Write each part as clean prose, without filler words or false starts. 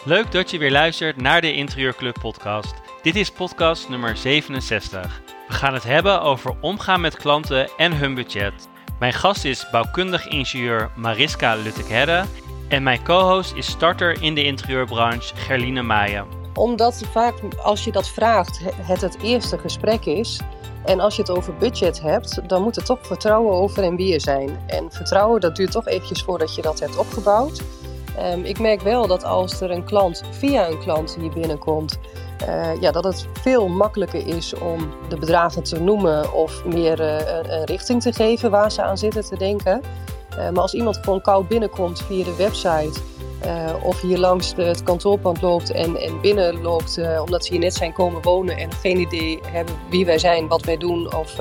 Leuk dat je weer luistert naar de Interieurclub podcast. Dit is podcast nummer 67. We gaan het hebben over omgaan met klanten en hun budget. Mijn gast is bouwkundig ingenieur Mariska Luttekherre en mijn co-host is starter in de interieurbranche Gerline Maaien. Omdat vaak als je dat vraagt het eerste gesprek is. En als je het over budget hebt, dan moet er toch vertrouwen over en weer zijn. En vertrouwen, dat duurt toch eventjes voordat je dat hebt opgebouwd. Ik merk wel dat als er via een klant hier binnenkomt, dat het veel makkelijker is om de bedragen te noemen of meer een richting te geven waar ze aan zitten te denken. Maar als iemand gewoon koud binnenkomt via de website of hier langs het kantoorpand loopt en binnenloopt omdat ze hier net zijn komen wonen en geen idee hebben wie wij zijn, wat wij doen of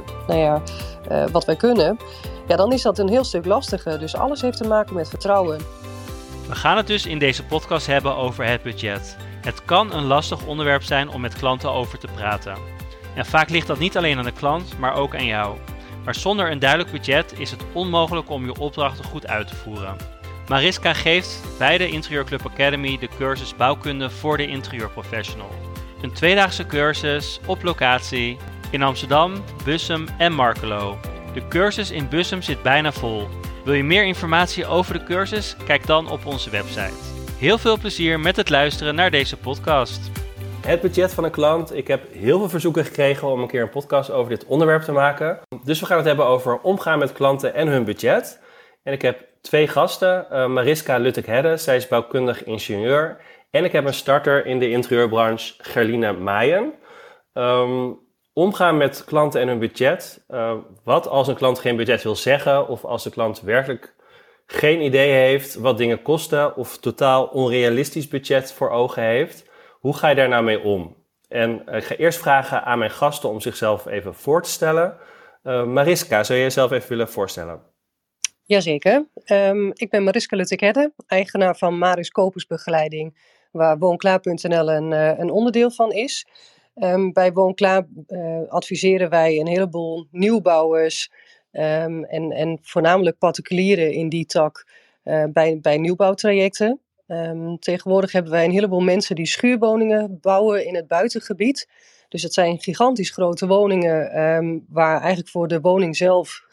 wat wij kunnen, dan is dat een heel stuk lastiger. Dus alles heeft te maken met vertrouwen. We gaan het dus in deze podcast hebben over het budget. Het kan een lastig onderwerp zijn om met klanten over te praten. En vaak ligt dat niet alleen aan de klant, maar ook aan jou. Maar zonder een duidelijk budget is het onmogelijk om je opdrachten goed uit te voeren. Mariska geeft bij de Interieurclub Academy de cursus Bouwkunde voor de interieurprofessional. Een tweedaagse cursus op locatie in Amsterdam, Bussum en Markelo. De cursus in Bussum zit bijna vol. Wil je meer informatie over de cursus? Kijk dan op onze website. Heel veel plezier met het luisteren naar deze podcast. Het budget van een klant. Ik heb heel veel verzoeken gekregen om een keer een podcast over dit onderwerp te maken. Dus we gaan het hebben over omgaan met klanten en hun budget. En ik heb twee gasten. Mariska Luttekherre, zij is bouwkundig ingenieur. En ik heb een starter in de interieurbranche, Gerline Maaien. Omgaan met klanten en hun budget. Wat als een klant geen budget wil zeggen of als de klant werkelijk geen idee heeft wat dingen kosten of totaal onrealistisch budget voor ogen heeft. Hoe ga je daar nou mee om? En ik ga eerst vragen aan mijn gasten om zichzelf even voor te stellen. Mariska, zou je jezelf even willen voorstellen? Jazeker. Ik ben Mariska Luttekherre, eigenaar van Maris Kopersbegeleiding, waar Woonklaar.nl een onderdeel van is. Bij Woonklaar adviseren wij een heleboel nieuwbouwers en voornamelijk particulieren in die tak bij nieuwbouwtrajecten. Tegenwoordig hebben wij een heleboel mensen die schuurwoningen bouwen in het buitengebied. Dus het zijn gigantisch grote woningen waar eigenlijk voor de woning zelf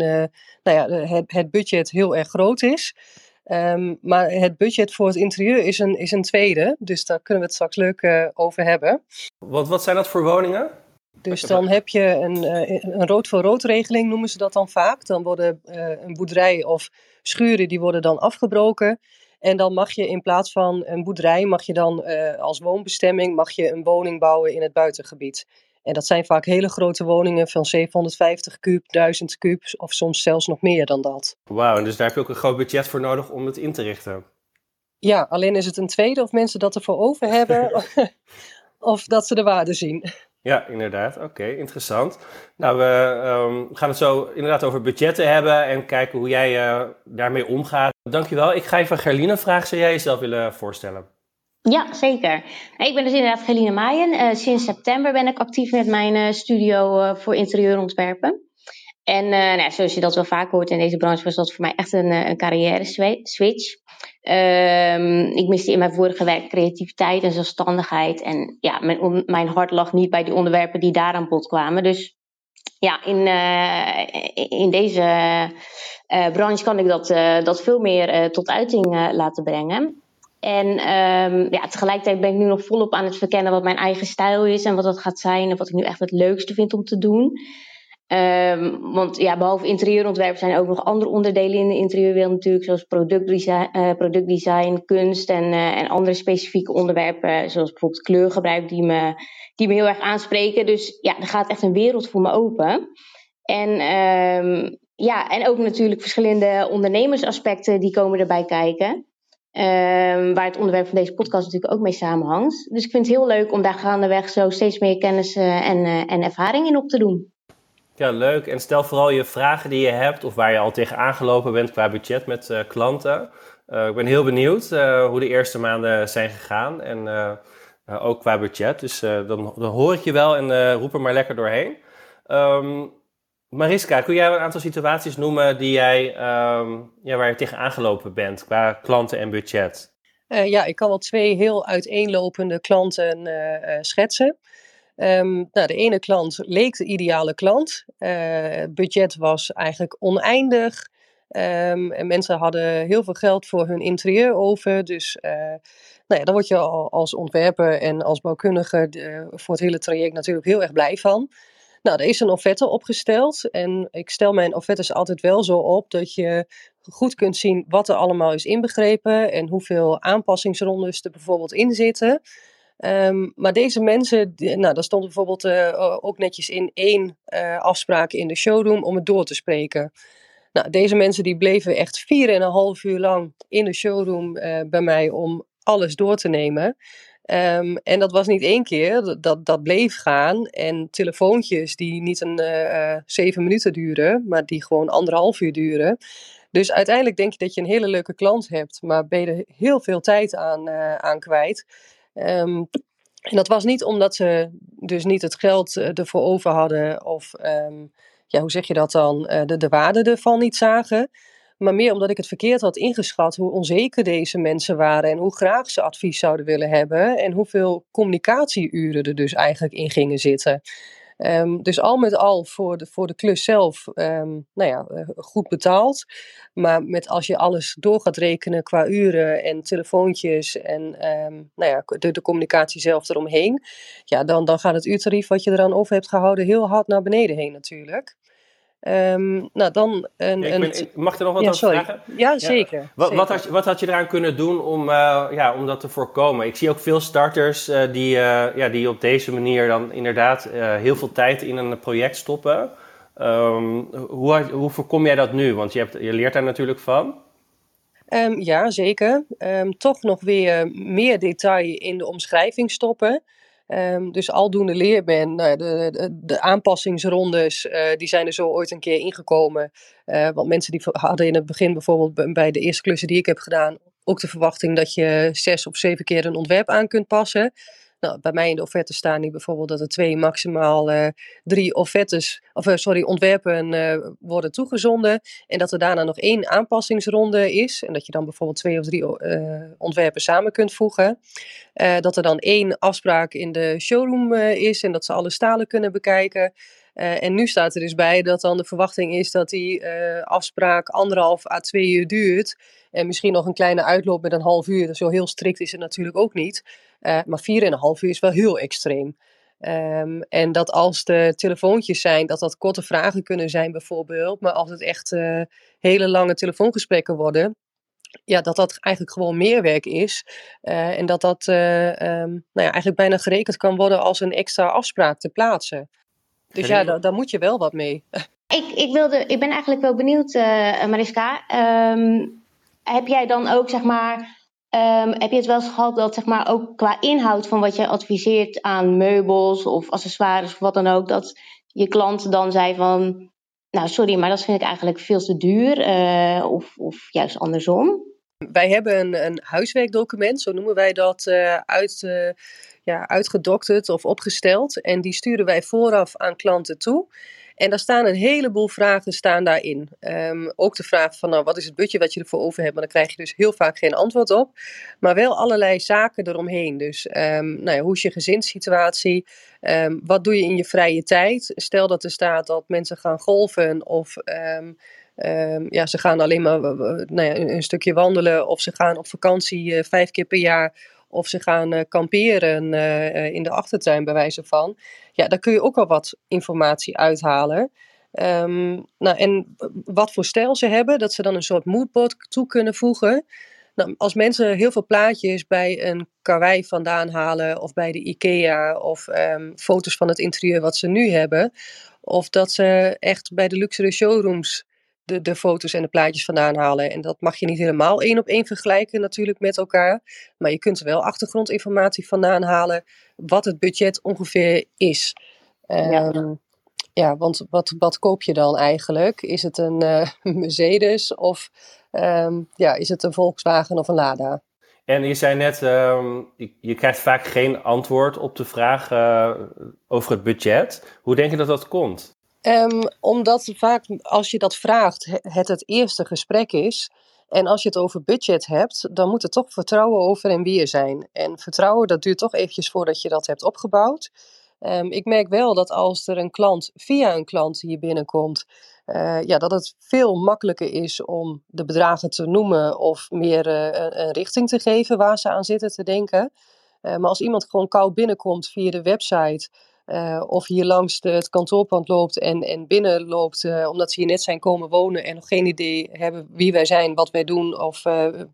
het budget heel erg groot is. Maar het budget voor het interieur is een tweede, dus daar kunnen we het straks leuk over hebben. Wat zijn dat voor woningen? Dus dan heb je een rood voor rood regeling, noemen ze dat dan vaak. Dan worden een boerderij of schuren die worden dan afgebroken. En dan mag je in plaats van een boerderij, mag je dan als woonbestemming mag je een woning bouwen in het buitengebied. En dat zijn vaak hele grote woningen van 750 kuub, 1000 kuub of soms zelfs nog meer dan dat. Wauw, en dus daar heb je ook een groot budget voor nodig om het in te richten. Ja, alleen is het een tweede of mensen dat ervoor over hebben of dat ze de waarde zien. Ja, inderdaad. Oké, interessant. Nou, we gaan het zo inderdaad over budgetten hebben en kijken hoe jij daarmee omgaat. Dankjewel. Ik ga even aan Gerline vragen. Zou jij jezelf willen voorstellen? Ja, zeker. Ik ben dus inderdaad Gerline Maaien. Sinds september ben ik actief met mijn studio voor interieurontwerpen. En zoals je dat wel vaak hoort in deze branche, was dat voor mij echt een carrière switch. Ik miste in mijn vorige werk creativiteit en zelfstandigheid. En ja, mijn hart lag niet bij die onderwerpen die daar aan bod kwamen. Dus ja, in deze branche kan ik dat veel meer tot uiting laten brengen. En tegelijkertijd ben ik nu nog volop aan het verkennen wat mijn eigen stijl is en wat dat gaat zijn en wat ik nu echt het leukste vind om te doen. Want ja, behalve interieurontwerp zijn er ook nog andere onderdelen in de interieurwereld natuurlijk, zoals productdesign, kunst en andere specifieke onderwerpen, zoals bijvoorbeeld kleurgebruik die me heel erg aanspreken. Dus ja, er gaat echt een wereld voor me open. En ook natuurlijk verschillende ondernemersaspecten die komen erbij kijken. Waar het onderwerp van deze podcast natuurlijk ook mee samenhangt. Dus ik vind het heel leuk om daar gaandeweg zo steeds meer kennis en ervaring in op te doen. Ja, leuk. En stel vooral je vragen die je hebt of waar je al tegen aangelopen bent qua budget met klanten. Ik ben heel benieuwd hoe de eerste maanden zijn gegaan en ook qua budget. Dus dan hoor ik je wel en roep er maar lekker doorheen. Mariska, kun jij een aantal situaties noemen die waar je tegen aangelopen bent qua klanten en budget? Ik kan wel 2 heel uiteenlopende klanten schetsen. De ene klant leek de ideale klant. Budget was eigenlijk oneindig. En mensen hadden heel veel geld voor hun interieur over. Dus daar word je als ontwerper en als bouwkundige voor het hele traject natuurlijk heel erg blij van. Nou, er is een offerte opgesteld. En ik stel mijn offertes altijd wel zo op dat je goed kunt zien wat er allemaal is inbegrepen en hoeveel aanpassingsrondes er bijvoorbeeld in zitten. Maar deze mensen, daar stond bijvoorbeeld ook netjes in 1 afspraak in de showroom om het door te spreken. Nou, deze mensen die bleven echt 4,5 uur lang in de showroom bij mij om alles door te nemen. En dat was niet 1 keer, dat bleef gaan. En telefoontjes die niet 7 minuten duren, maar die gewoon 1,5 uur duren. Dus uiteindelijk denk je dat je een hele leuke klant hebt, maar ben je er heel veel tijd aan kwijt. En dat was niet omdat ze dus niet het geld ervoor over hadden of, hoe zeg je dat dan, de waarde ervan niet zagen. Maar meer omdat ik het verkeerd had ingeschat hoe onzeker deze mensen waren en hoe graag ze advies zouden willen hebben en hoeveel communicatieuren er dus eigenlijk in gingen zitten. Dus al met al voor de klus zelf goed betaald. Maar als je alles door gaat rekenen qua uren en telefoontjes en de communicatie zelf eromheen. Ja, dan gaat het uurtarief wat je eraan over hebt gehouden heel hard naar beneden heen natuurlijk. Mag ik er nog wat over vragen? Ja, zeker. Wat had je eraan kunnen doen om dat te voorkomen? Ik zie ook veel starters die op deze manier dan inderdaad heel veel tijd in een project stoppen. Hoe voorkom jij dat nu? Want je leert daar natuurlijk van. Ja, zeker. Toch nog weer meer detail in de omschrijving stoppen. Dus aldoende leer ben, de aanpassingsrondes, die zijn er zo ooit een keer ingekomen. Want mensen die hadden in het begin bijvoorbeeld bij de eerste klussen die ik heb gedaan, ook de verwachting dat je 6 of 7 keer een ontwerp aan kunt passen. Nou, bij mij in de offerte staan nu bijvoorbeeld dat er 2, maximaal 3 ontwerpen worden toegezonden. En dat er daarna nog 1 aanpassingsronde is. En dat je dan bijvoorbeeld 2 of 3 ontwerpen samen kunt voegen. Dat er dan 1 afspraak in de showroom is en dat ze alle stalen kunnen bekijken. En nu staat er dus bij dat dan de verwachting is dat die afspraak 1,5 à 2 uur duurt. En misschien nog een kleine uitloop met een half uur. Zo heel strikt is het natuurlijk ook niet. Maar 4,5 uur is wel heel extreem. En dat als de telefoontjes zijn, dat korte vragen kunnen zijn bijvoorbeeld. Maar als het echt hele lange telefoongesprekken worden, ja, dat eigenlijk gewoon meer werk is. En dat eigenlijk bijna gerekend kan worden als een extra afspraak te plaatsen. Dus ja, daar moet je wel wat mee. Ik ben eigenlijk wel benieuwd, Mariska. Heb jij dan ook, zeg maar, heb je het wel eens gehad dat, zeg maar, ook qua inhoud van wat je adviseert aan meubels of accessoires of wat dan ook, dat je klant dan zei van, nou sorry, maar dat vind ik eigenlijk veel te duur, of juist andersom? Wij hebben een huiswerkdocument, zo noemen wij dat, uitgedokterd of opgesteld. En die sturen wij vooraf aan klanten toe. En daar staan een heleboel vragen daarin. Ook de vraag van, wat is het budget wat je ervoor over hebt? Maar dan krijg je dus heel vaak geen antwoord op. Maar wel allerlei zaken eromheen. Dus hoe is je gezinssituatie? Wat doe je in je vrije tijd? Stel dat er staat dat mensen gaan golfen of ze gaan alleen maar een stukje wandelen. Of ze gaan op vakantie 5 keer per jaar. Of ze gaan kamperen in de achtertuin bij wijze van. Ja, daar kun je ook al wat informatie uithalen. En wat voor stijl ze hebben, dat ze dan een soort moodboard toe kunnen voegen. Nou, als mensen heel veel plaatjes bij een karwei vandaan halen of bij de IKEA of foto's van het interieur wat ze nu hebben. Of dat ze echt bij de luxere showrooms de foto's en de plaatjes vandaan halen. En dat mag je niet helemaal 1 op 1 vergelijken natuurlijk met elkaar. Maar je kunt er wel achtergrondinformatie vandaan halen wat het budget ongeveer is. Want wat koop je dan eigenlijk? Is het een Mercedes of is het een Volkswagen of een Lada? En je zei net, je krijgt vaak geen antwoord op de vraag over het budget. Hoe denk je dat dat komt? Omdat vaak als je dat vraagt, het eerste gesprek is. En als je het over budget hebt, dan moet er toch vertrouwen over en weer zijn. En vertrouwen, dat duurt toch eventjes voordat je dat hebt opgebouwd. Ik merk wel dat als er via een klant hier binnenkomt, dat het veel makkelijker is om de bedragen te noemen of meer een richting te geven waar ze aan zitten te denken. Maar als iemand gewoon koud binnenkomt via de website of hier langs het kantoorpand loopt en binnenloopt omdat ze hier net zijn komen wonen en nog geen idee hebben wie wij zijn, wat wij doen of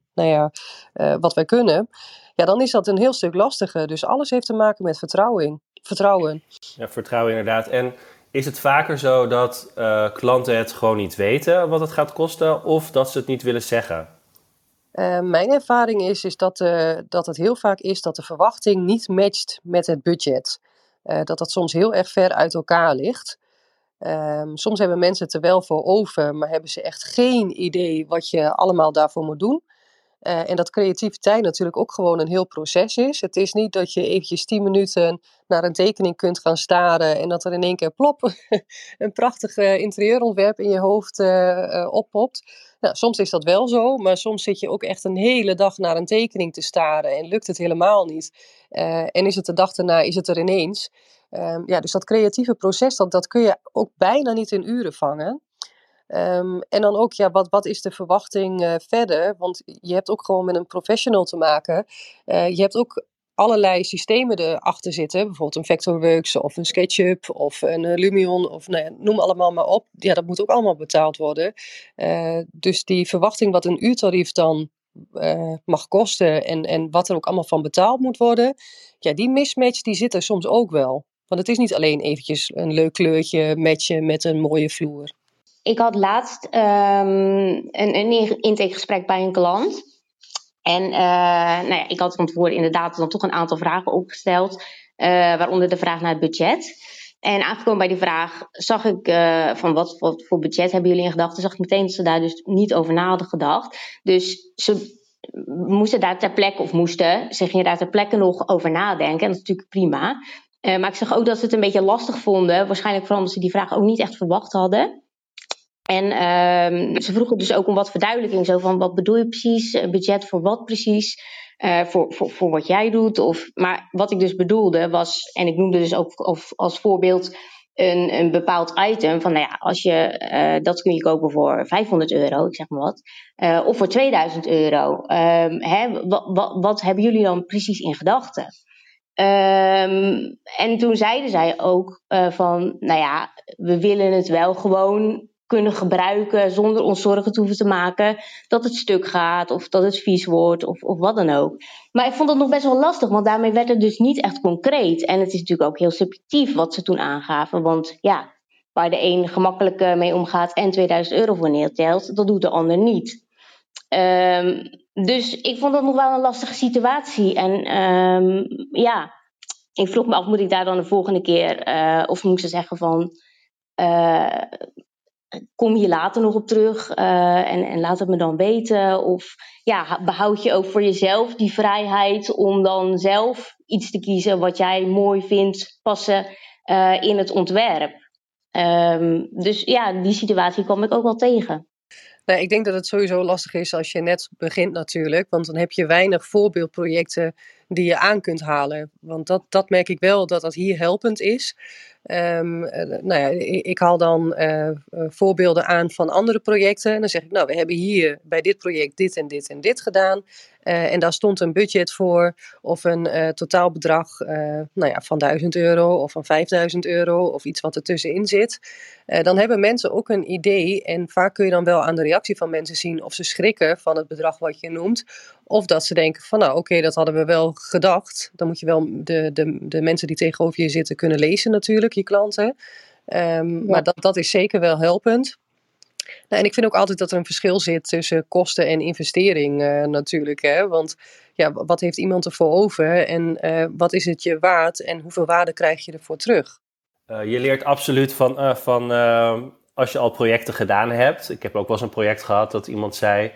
wat wij kunnen, ja, dan is dat een heel stuk lastiger. Dus alles heeft te maken met vertrouwen. Ja, vertrouwen inderdaad. En is het vaker zo dat klanten het gewoon niet weten wat het gaat kosten of dat ze het niet willen zeggen? Mijn ervaring is dat het heel vaak is dat de verwachting niet matcht met het budget. Dat soms heel erg ver uit elkaar ligt. Soms hebben mensen het er wel voor over, maar hebben ze echt geen idee wat je allemaal daarvoor moet doen. En dat creativiteit natuurlijk ook gewoon een heel proces is. Het is niet dat je eventjes 10 minuten naar een tekening kunt gaan staren en dat er in één keer plop een prachtig interieurontwerp in je hoofd oppopt. Nou, soms is dat wel zo, maar soms zit je ook echt een hele dag naar een tekening te staren en lukt het helemaal niet. En is het de dag daarna, is het er ineens. Dus dat creatieve proces, dat kun je ook bijna niet in uren vangen. En dan ook, wat is de verwachting verder? Want je hebt ook gewoon met een professional te maken. Je hebt ook allerlei systemen erachter zitten. Bijvoorbeeld een Vectorworks of een SketchUp of een Lumion of noem allemaal maar op. Ja, dat moet ook allemaal betaald worden. Dus die verwachting wat een uurtarief dan mag kosten en wat er ook allemaal van betaald moet worden. Ja, die mismatch die zit er soms ook wel. Want het is niet alleen eventjes een leuk kleurtje matchen met een mooie vloer. Ik had laatst een intakegesprek bij een klant. En ik had van tevoren inderdaad dan toch een aantal vragen opgesteld. Waaronder de vraag naar het budget. En aangekomen bij die vraag zag ik van wat voor budget hebben jullie in gedachten. Zag ik meteen dat ze daar dus niet over na hadden gedacht. Dus ze moesten daar ter plekke, ze gingen daar ter plekke nog over nadenken. En dat is natuurlijk prima. Maar ik zag ook dat ze het een beetje lastig vonden. Waarschijnlijk vooral omdat ze die vraag ook niet echt verwacht hadden. En ze vroegen dus ook om wat verduidelijking. Zo van, wat bedoel je precies? Budget voor wat precies? Voor wat jij doet? Maar wat ik dus bedoelde was... En ik noemde dus ook als voorbeeld een bepaald item. Van als je... dat kun je kopen voor €500, ik zeg maar wat. Of voor €2000. Wat hebben jullie dan precies in gedachten? En toen zeiden zij ook we willen het wel gewoon kunnen gebruiken zonder ons zorgen te hoeven te maken dat het stuk gaat of dat het vies wordt of wat dan ook. Maar ik vond dat nog best wel lastig, want daarmee werd het dus niet echt concreet. En het is natuurlijk ook heel subjectief wat ze toen aangaven, want waar de een gemakkelijk mee omgaat en €2000 voor neertelt, dat doet de ander niet. Dus ik vond dat nog wel een lastige situatie. En ik vroeg me af, moet ik daar dan de volgende keer of moet ik ze zeggen van kom hier later nog op terug en laat het me dan weten. Of behoud je ook voor jezelf die vrijheid om dan zelf iets te kiezen wat jij mooi vindt passen in het ontwerp. Dus die situatie kwam ik ook wel tegen. Nou, ik denk dat het sowieso lastig is als je net begint natuurlijk. Want dan heb je weinig voorbeeldprojecten die je aan kunt halen. Want dat merk ik wel dat hier helpend is. Ik haal dan voorbeelden aan van andere projecten. En dan zeg ik, we hebben hier bij dit project dit en dit en dit gedaan. En daar stond een budget voor of een totaalbedrag van €1000 of van €5000 of iets wat ertussenin zit. Dan hebben mensen ook een idee en vaak kun je dan wel aan de reactie van mensen zien of ze schrikken van het bedrag wat je noemt. Of dat ze denken van oké, dat hadden we wel gedacht. Dan moet je wel de mensen die tegenover je zitten kunnen lezen natuurlijk, je klanten. Maar dat is zeker wel helpend. Nou, en ik vind ook altijd dat er een verschil zit tussen kosten en investering natuurlijk. Hè? Want wat heeft iemand ervoor over en wat is het je waard en hoeveel waarde krijg je ervoor terug? Je leert absoluut van als je al projecten gedaan hebt. Ik heb ook wel eens een project gehad dat iemand zei...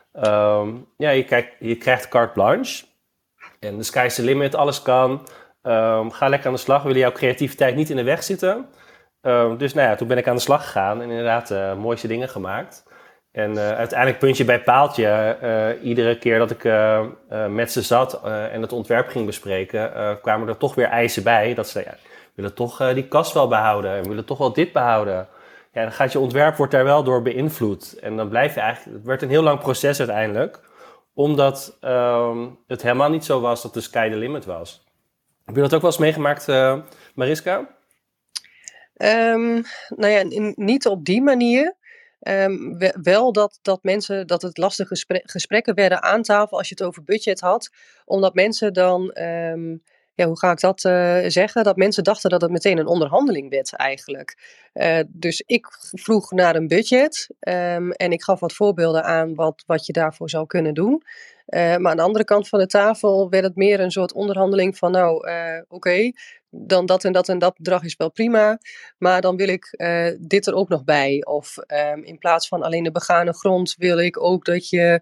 je krijgt carte blanche. En the sky's the limit, alles kan. Ga lekker aan de slag. We willen jouw creativiteit niet in de weg zitten. Dus nou ja, toen ben ik aan de slag gegaan en inderdaad mooiste dingen gemaakt. En uiteindelijk puntje bij paaltje, iedere keer dat ik met ze zat en het ontwerp ging bespreken, kwamen er toch weer eisen bij. Dat ze willen toch die kast wel behouden en willen toch wel dit behouden. Ja, dan gaat je ontwerp wordt daar wel door beïnvloed. En dan blijf je eigenlijk, het werd een heel lang proces uiteindelijk, omdat het helemaal niet zo was dat de sky the limit was. Heb je dat ook wel eens meegemaakt, Mariska? Nou ja, niet op die manier. Wel dat mensen, dat het lastige gesprekken werden aan tafel als je het over budget had. Omdat mensen dan, hoe ga ik dat zeggen? Dat mensen dachten dat het meteen een onderhandeling werd eigenlijk. Dus ik vroeg naar een budget en ik gaf wat voorbeelden aan wat je daarvoor zou kunnen doen. Maar aan de andere kant van de tafel werd het meer een soort onderhandeling van oké, dan dat en dat en dat bedrag is wel prima. Maar dan wil ik dit er ook nog bij. Of in plaats van alleen de begane grond wil ik ook dat je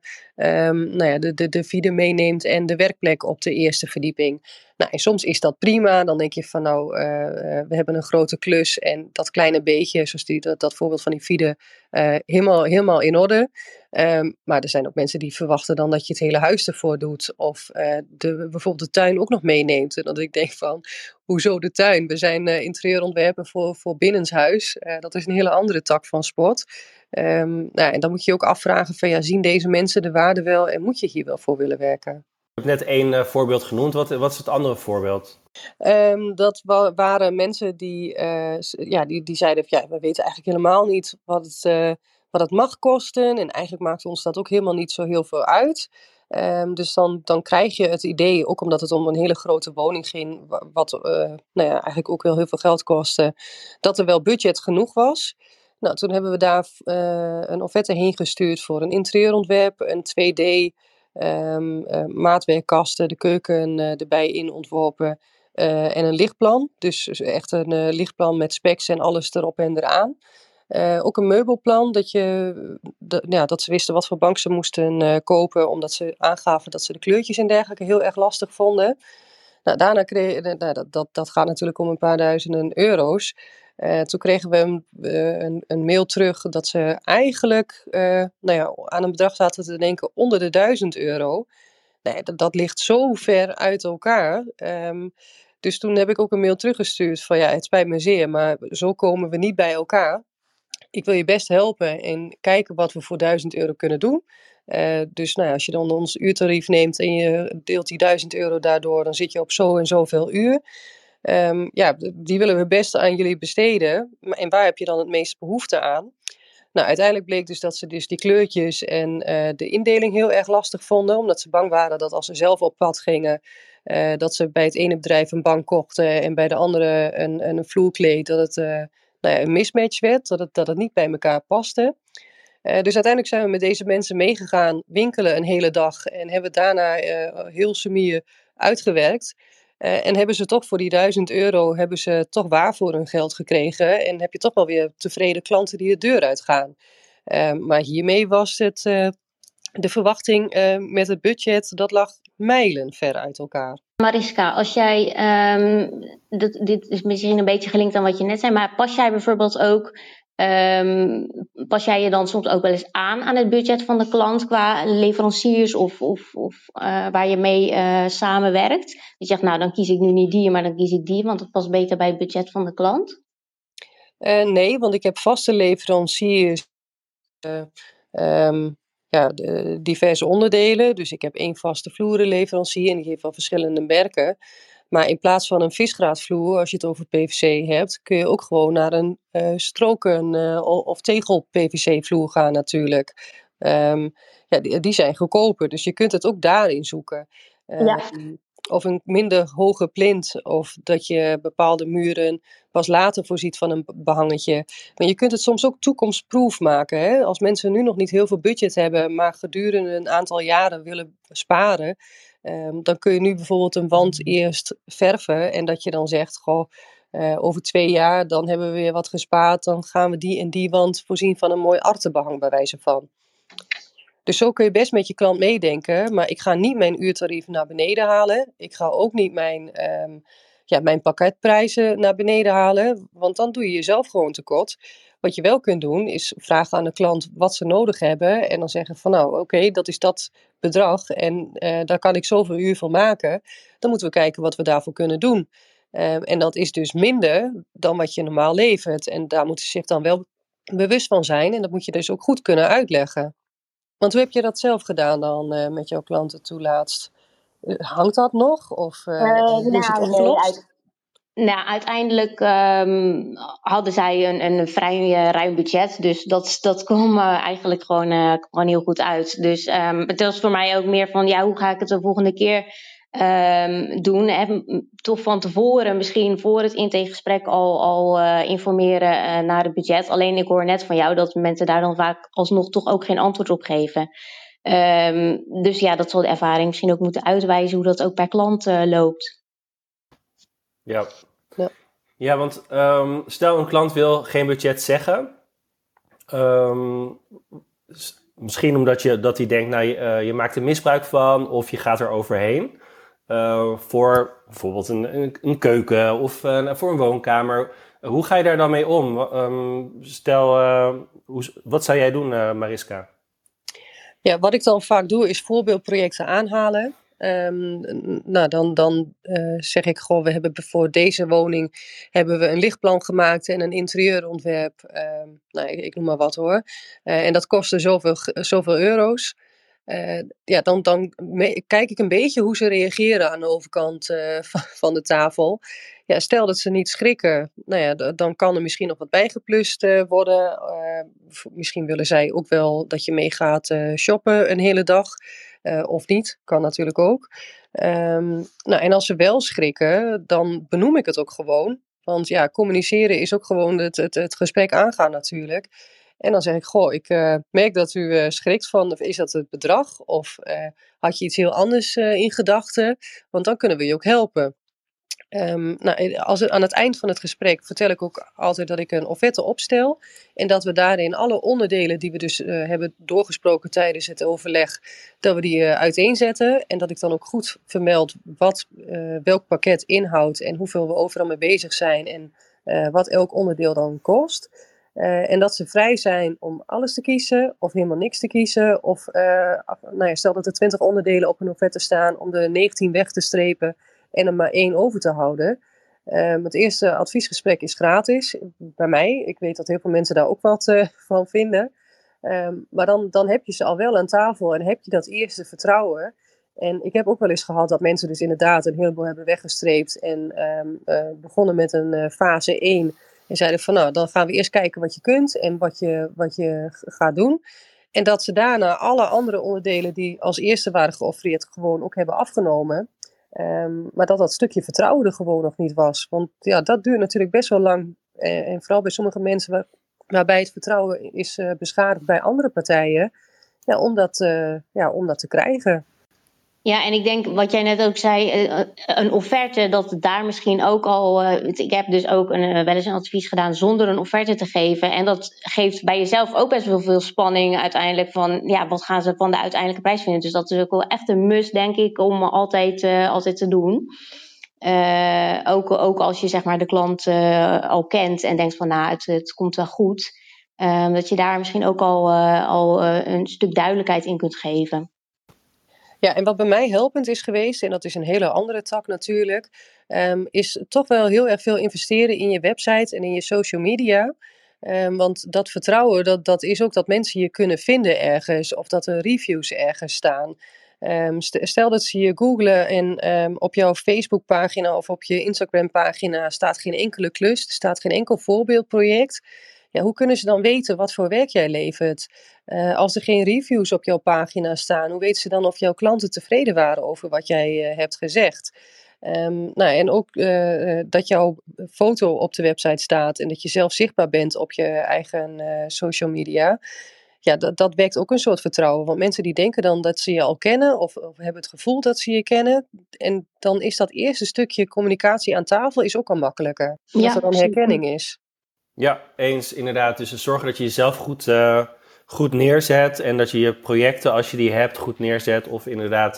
de vide meeneemt en de werkplek op de eerste verdieping. Nou, en soms is dat prima. Dan denk je van we hebben een grote klus en dat kleine beetje, zoals dat voorbeeld van die vide, helemaal in orde. Maar er zijn ook mensen die verwachten dan dat je het hele huis ervoor doet. Of bijvoorbeeld de tuin ook nog meeneemt. En dat ik denk van, hoezo de tuin? We zijn interieurontwerper voor binnenshuis. Dat is een hele andere tak van sport. En dan moet je ook afvragen van, zien deze mensen de waarde wel en moet je hier wel voor willen werken? Je hebt net één voorbeeld genoemd. Wat is het andere voorbeeld? Dat waren mensen die zeiden van, we weten eigenlijk helemaal niet wat het mag kosten. En eigenlijk maakt ons dat ook helemaal niet zo heel veel uit. Dus dan krijg je het idee, ook omdat het om een hele grote woning ging, wat eigenlijk ook wel heel veel geld kostte, dat er wel budget genoeg was. Nou, toen hebben we daar een offerte heen gestuurd voor een interieurontwerp, een 2D maatwerkkasten, de keuken erbij in ontworpen en een lichtplan. Dus echt een lichtplan met specs en alles erop en eraan. Ook een meubelplan, dat ze wisten wat voor bank ze moesten kopen, omdat ze aangaven dat ze de kleurtjes en dergelijke heel erg lastig vonden. Nou, daarna dat gaat natuurlijk om een paar duizenden euro's. Toen kregen we een mail terug dat ze eigenlijk aan een bedrag zaten te denken onder de €1000. Nee, dat ligt zo ver uit elkaar. Dus toen heb ik ook een mail teruggestuurd van het spijt me zeer, maar zo komen we niet bij elkaar. Ik wil je best helpen en kijken wat we voor €1000 kunnen doen. Dus als je dan ons uurtarief neemt en je deelt die €1000 daardoor, dan zit je op zo en zoveel uur. Die willen we best aan jullie besteden. En waar heb je dan het meeste behoefte aan? Nou, uiteindelijk bleek dus dat ze dus die kleurtjes en de indeling heel erg lastig vonden. Omdat ze bang waren dat als ze zelf op pad gingen, dat ze bij het ene bedrijf een bank kochten en bij de andere een vloerkleed, dat het een mismatch werd, dat het niet bij elkaar paste. Dus uiteindelijk zijn we met deze mensen meegegaan, winkelen een hele dag en hebben daarna heel sumier uitgewerkt. En hebben ze toch voor die €1000 hebben ze toch waar voor hun geld gekregen. En heb je toch wel weer tevreden klanten die de deur uitgaan. Maar hiermee was het de verwachting met het budget, dat lag mijlen ver uit elkaar. Mariska, als jij, dit is misschien een beetje gelinkt aan wat je net zei, maar pas jij bijvoorbeeld ook, pas jij je dan soms ook wel eens aan het budget van de klant qua leveranciers of waar je mee samenwerkt? Je zegt, nou dan kies ik nu niet die, maar dan kies ik die, want het past beter bij het budget van de klant. Nee, want ik heb vaste leveranciers, diverse onderdelen. Dus ik heb 1 vaste vloerenleverancier en die heeft wel verschillende merken. Maar in plaats van een visgraatvloer, als je het over PVC hebt, kun je ook gewoon naar een stroken of tegel PVC vloer gaan natuurlijk. Die zijn goedkoper, dus je kunt het ook daarin zoeken. Of een minder hoge plint, of dat je bepaalde muren pas later voorziet van een behangetje. Maar je kunt het soms ook toekomstproof maken. Hè? Als mensen nu nog niet heel veel budget hebben, maar gedurende een aantal jaren willen sparen, dan kun je nu bijvoorbeeld een wand eerst verven en dat je dan zegt, over 2 jaar dan hebben we weer wat gespaard, dan gaan we die en die wand voorzien van een mooi artebehang bij wijze van. Dus zo kun je best met je klant meedenken, maar ik ga niet mijn uurtarief naar beneden halen. Ik ga ook niet mijn mijn pakketprijzen naar beneden halen. Want dan doe je jezelf gewoon tekort. Wat je wel kunt doen, is vragen aan de klant wat ze nodig hebben. En dan zeggen van nou, oké, dat is dat bedrag. En daar kan ik zoveel uur van maken. Dan moeten we kijken wat we daarvoor kunnen doen. En dat is dus minder dan wat je normaal levert. En daar moeten ze zich dan wel bewust van zijn. En dat moet je dus ook goed kunnen uitleggen. Want hoe heb je dat zelf gedaan dan met jouw klanten toelaatst? Hangt dat nog? Of hoe is het opgelost? Uiteindelijk hadden zij een vrij ruim budget. Dus dat kwam eigenlijk gewoon heel goed uit. Dus het was voor mij ook meer van, hoe ga ik het de volgende keer doen? Toch van tevoren, misschien voor het intakegesprek al informeren naar het budget. Alleen ik hoor net van jou dat mensen daar dan vaak alsnog toch ook geen antwoord op geven. Dus dat zal de ervaring misschien ook moeten uitwijzen hoe dat ook per klant loopt. Ja, want stel een klant wil geen budget zeggen. Misschien omdat dat hij denkt, nou, je maakt er misbruik van of je gaat er overheen. Voor bijvoorbeeld een keuken of voor een woonkamer. Hoe ga je daar dan mee om? Wat zou jij doen, Mariska? Ja, wat ik dan vaak doe is voorbeeldprojecten aanhalen. Dan zeg ik gewoon, we hebben voor deze woning hebben we een lichtplan gemaakt en een interieurontwerp. Ik noem maar wat hoor. En dat kostte zoveel euro's. Dan kijk ik een beetje hoe ze reageren aan de overkant van de tafel. Ja, stel dat ze niet schrikken, dan kan er misschien nog wat bijgeplust worden. Misschien willen zij ook wel dat je meegaat shoppen een hele dag. Of niet, kan natuurlijk ook. En als ze wel schrikken, dan benoem ik het ook gewoon. Want communiceren is ook gewoon het gesprek aangaan natuurlijk. En dan zeg ik, ik merk dat u schrikt van, is dat het bedrag? Of had je iets heel anders in gedachten? Want dan kunnen we je ook helpen. Aan het eind van het gesprek vertel ik ook altijd dat ik een offerte opstel. En dat we daarin alle onderdelen die we dus hebben doorgesproken tijdens het overleg, dat we die uiteenzetten. En dat ik dan ook goed vermeld welk pakket inhoudt en hoeveel we overal mee bezig zijn. En wat elk onderdeel dan kost. En dat ze vrij zijn om alles te kiezen of helemaal niks te kiezen. Of stel dat er 20 onderdelen op een offerte staan om de 19 weg te strepen en er maar 1 over te houden. Het eerste adviesgesprek is gratis bij mij. Ik weet dat heel veel mensen daar ook wat van vinden. Maar dan heb je ze al wel aan tafel en heb je dat eerste vertrouwen. En ik heb ook wel eens gehad dat mensen dus inderdaad een heleboel hebben weggestreept en begonnen met een fase 1. En zeiden van dan gaan we eerst kijken wat je kunt en wat je gaat doen. En dat ze daarna alle andere onderdelen die als eerste waren geofferd gewoon ook hebben afgenomen. Maar dat stukje vertrouwen er gewoon nog niet was. Want dat duurt natuurlijk best wel lang. En vooral bij sommige mensen waarbij het vertrouwen is beschadigd bij andere partijen. Om dat te krijgen. Ja, en ik denk wat jij net ook zei, een offerte, dat daar misschien ook al... ik heb dus ook wel eens een advies gedaan zonder een offerte te geven. En dat geeft bij jezelf ook best wel veel spanning uiteindelijk van... wat gaan ze van de uiteindelijke prijs vinden? Dus dat is ook wel echt een must, denk ik, om altijd te doen. Ook als je zeg maar de klant al kent en denkt van het komt wel goed. Dat je daar misschien ook al een stuk duidelijkheid in kunt geven. Ja, en wat bij mij helpend is geweest, en dat is een hele andere tak natuurlijk, is toch wel heel erg veel investeren in je website en in je social media. Want dat vertrouwen, dat is ook dat mensen je kunnen vinden ergens of dat er reviews ergens staan. Stel dat ze je googlen en op jouw Facebookpagina of op je Instagram-pagina staat geen enkele klus, er staat geen enkel voorbeeldproject. Ja, hoe kunnen ze dan weten wat voor werk jij levert? Als er geen reviews op jouw pagina staan, hoe weten ze dan of jouw klanten tevreden waren over wat jij hebt gezegd? En ook dat jouw foto op de website staat en dat je zelf zichtbaar bent op je eigen social media. Ja, dat wekt ook een soort vertrouwen. Want mensen die denken dan dat ze je al kennen of hebben het gevoel dat ze je kennen. En dan is dat eerste stukje communicatie aan tafel is ook al makkelijker. Omdat er dan herkenning is. Ja, eens inderdaad. Dus zorgen dat je jezelf goed neerzet en dat je je projecten, als je die hebt, goed neerzet. Of inderdaad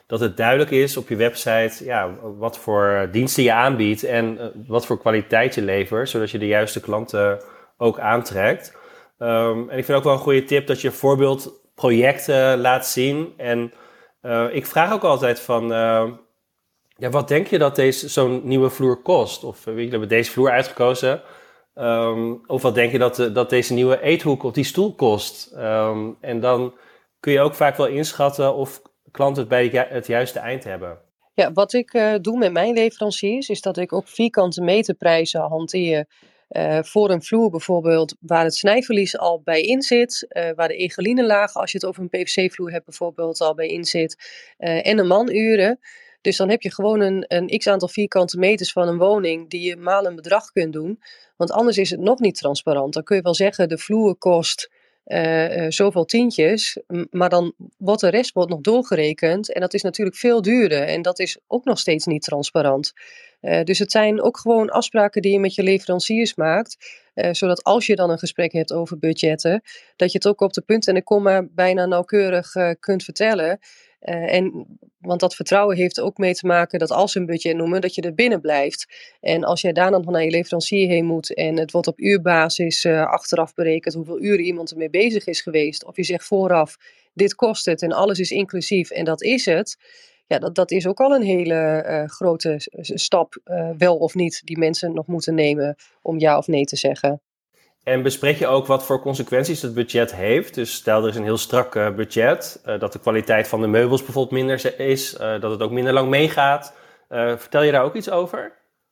dat het duidelijk is op je website wat voor diensten je aanbiedt en wat voor kwaliteit je levert, zodat je de juiste klanten ook aantrekt. En ik vind ook wel een goede tip dat je voorbeeldprojecten laat zien. En ik vraag ook altijd van, wat denk je dat zo'n nieuwe vloer kost? Of we hebben deze vloer uitgekozen. Of wat denk je dat deze nieuwe eethoek of die stoel kost? En dan kun je ook vaak wel inschatten of klanten het bij het juiste eind hebben. Ja, wat ik doe met mijn leveranciers is dat ik ook vierkante meterprijzen hanteer. Voor een vloer bijvoorbeeld waar het snijverlies al bij in zit. Waar de egalinelaag, als je het over een PVC-vloer hebt bijvoorbeeld, al bij in zit. En de manuren. Dus dan heb je gewoon een x-aantal vierkante meters van een woning die je maal een bedrag kunt doen. Want anders is het nog niet transparant. Dan kun je wel zeggen de vloer kost zoveel tientjes, maar dan wordt de rest nog doorgerekend en dat is natuurlijk veel duurder en dat is ook nog steeds niet transparant. Dus het zijn ook gewoon afspraken die je met je leveranciers maakt, zodat als je dan een gesprek hebt over budgetten, dat je het ook op de punt en de komma bijna nauwkeurig kunt vertellen. Want dat vertrouwen heeft er ook mee te maken dat als ze een budget noemen, dat je er binnen blijft. En als jij daar dan naar je leverancier heen moet en het wordt op uurbasis achteraf berekend hoeveel uren iemand ermee bezig is geweest. Of je zegt vooraf, dit kost het en alles is inclusief en dat is het. Ja, dat is ook al een hele grote stap, wel of niet, die mensen nog moeten nemen om ja of nee te zeggen. En bespreek je ook wat voor consequenties het budget heeft? Dus stel er is een heel strak budget, dat de kwaliteit van de meubels bijvoorbeeld minder is, dat het ook minder lang meegaat. Vertel je daar ook iets over?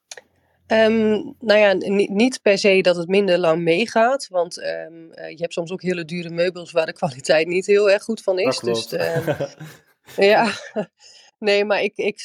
Niet per se dat het minder lang meegaat, want je hebt soms ook hele dure meubels waar de kwaliteit niet heel erg goed van is. Dat klopt. Ja, nee, maar ik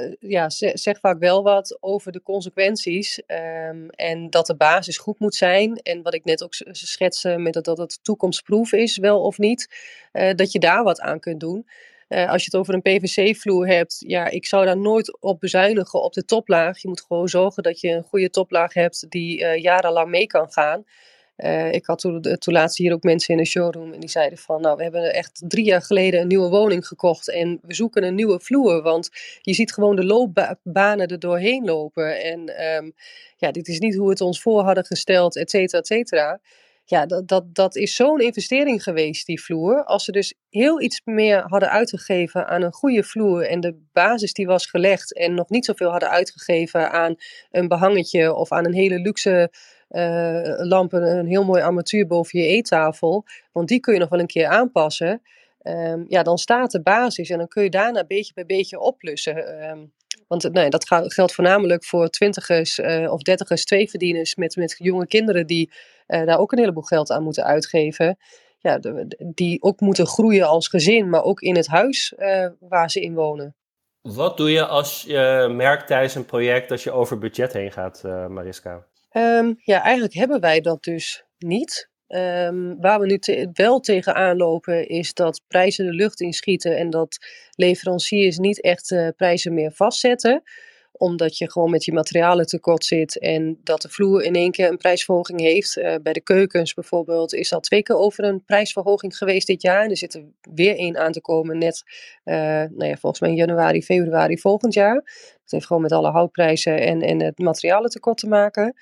zeg vaak wel wat over de consequenties en dat de basis goed moet zijn. En wat ik net ook schetste met dat het toekomstproof is, wel of niet, dat je daar wat aan kunt doen. Als je het over een PVC-vloer hebt, ja, ik zou daar nooit op bezuinigen op de toplaag. Je moet gewoon zorgen dat je een goede toplaag hebt die jarenlang mee kan gaan. Ik had toen laatst hier ook mensen in de showroom en die zeiden van, nou, we hebben echt 3 jaar geleden een nieuwe woning gekocht en we zoeken een nieuwe vloer, want je ziet gewoon de loopbanen er doorheen lopen en dit is niet hoe we het ons voor hadden gesteld, et cetera, et cetera. Ja, dat is zo'n investering geweest, die vloer. Als ze dus heel iets meer hadden uitgegeven aan een goede vloer en de basis die was gelegd en nog niet zoveel hadden uitgegeven aan een behangetje of aan een hele luxe lampen, een heel mooi armatuur boven je eettafel, want die kun je nog wel een keer aanpassen. Dan staat de basis en dan kun je daarna beetje bij beetje oplussen. Want dat geldt voornamelijk voor twintigers of dertigers, tweeverdieners met jonge kinderen die daar ook een heleboel geld aan moeten uitgeven. Ja, die ook moeten groeien als gezin, maar ook in het huis waar ze in wonen. Wat doe je als je merkt tijdens een project dat je over budget heen gaat, Mariska? Eigenlijk hebben wij dat dus niet. Waar we nu wel tegenaan lopen is dat prijzen de lucht inschieten en dat leveranciers niet echt prijzen meer vastzetten. Omdat je gewoon met je materialen tekort zit en dat de vloer in één keer een prijsverhoging heeft. Bij de keukens bijvoorbeeld is al 2 keer over een prijsverhoging geweest dit jaar. En er zit er weer één aan te komen net volgens mij in januari, februari volgend jaar. Dat heeft gewoon met alle houtprijzen en het materialentekort te maken.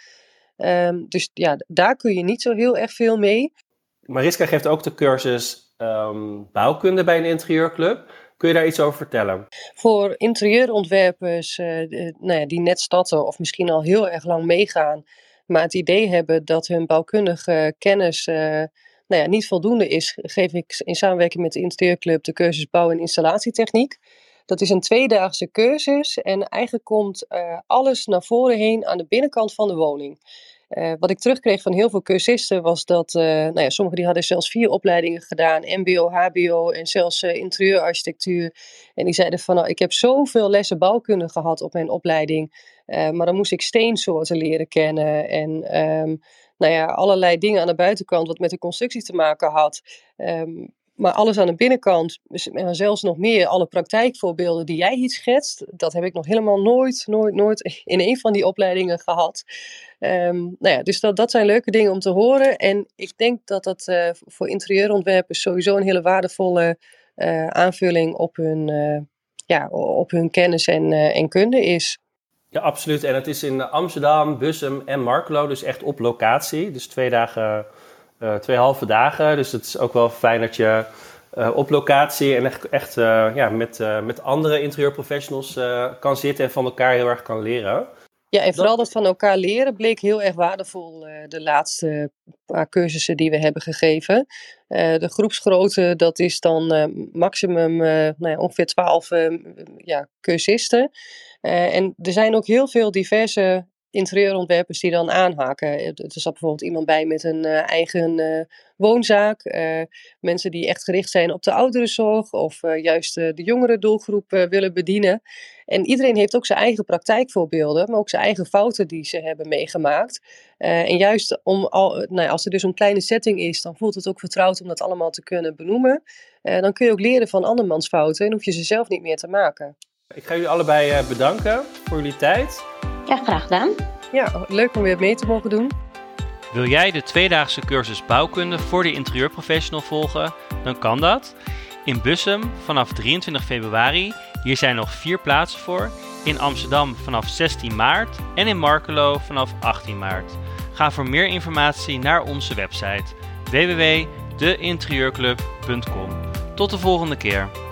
Dus ja, daar kun je niet zo heel erg veel mee. Mariska geeft ook de cursus bouwkunde bij een interieurclub. Kun je daar iets over vertellen? Voor interieurontwerpers die net starten of misschien al heel erg lang meegaan, maar het idee hebben dat hun bouwkundige kennis niet voldoende is, geef ik in samenwerking met de interieurclub de cursus bouw- en installatietechniek. Dat is een 2-daagse cursus en eigenlijk komt alles naar voren heen aan de binnenkant van de woning. Wat ik terugkreeg van heel veel cursisten was dat sommigen die hadden zelfs 4 opleidingen gedaan, MBO, HBO en zelfs interieurarchitectuur. En die zeiden van, nou, ik heb zoveel lessen bouwkunde gehad op mijn opleiding, maar dan moest ik steensoorten leren kennen en allerlei dingen aan de buitenkant wat met de constructie te maken had. Maar alles aan de binnenkant, en zelfs nog meer, alle praktijkvoorbeelden die jij hier schetst, dat heb ik nog helemaal nooit in een van die opleidingen gehad. Dus dat zijn leuke dingen om te horen. En ik denk dat dat voor interieurontwerpers sowieso een hele waardevolle aanvulling op hun op hun kennis en kunde is. Ja, absoluut. En het is in Amsterdam, Bussum en Markelo, dus echt op locatie. Dus 2 halve dagen. Dus het is ook wel fijn dat je op locatie en echt met andere interieurprofessionals kan zitten en van elkaar heel erg kan leren. Ja, en vooral dat van elkaar leren bleek heel erg waardevol de laatste paar cursussen die we hebben gegeven. De groepsgrootte, dat is dan maximum ongeveer 12 cursisten. En er zijn ook heel veel diverse interieurontwerpers die dan aanhaken. Er zat bijvoorbeeld iemand bij met een eigen woonzaak. Mensen die echt gericht zijn op de ouderenzorg of juist de jongere doelgroep willen bedienen. En iedereen heeft ook zijn eigen praktijkvoorbeelden, maar ook zijn eigen fouten die ze hebben meegemaakt. En juist als er dus een kleine setting is, dan voelt het ook vertrouwd om dat allemaal te kunnen benoemen. Dan kun je ook leren van andermans fouten en hoef je ze zelf niet meer te maken. Ik ga jullie allebei bedanken voor jullie tijd. Ja, graag gedaan. Ja, leuk om weer mee te mogen doen. Wil jij de 2-daagse cursus bouwkunde voor de interieurprofessional volgen? Dan kan dat. In Bussum vanaf 23 februari, hier zijn nog 4 plaatsen voor. In Amsterdam vanaf 16 maart en in Markelo vanaf 18 maart. Ga voor meer informatie naar onze website www.deinterieurclub.com. Tot de volgende keer.